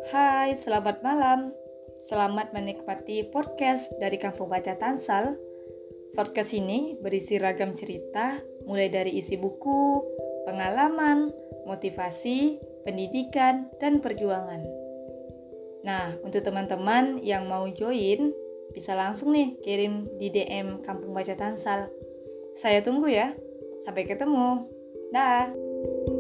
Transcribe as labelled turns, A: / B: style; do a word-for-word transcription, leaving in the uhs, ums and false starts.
A: Hai, selamat malam. Selamat menikmati podcast dari Kampung Baca Tansal. Podcast ini berisi ragam cerita, mulai dari isi buku, pengalaman, motivasi, pendidikan, dan perjuangan. Nah, untuk teman-teman yang mau join, bisa langsung nih kirim di D M Kampung Baca Tansal. Saya tunggu ya. Sampai ketemu. Dah.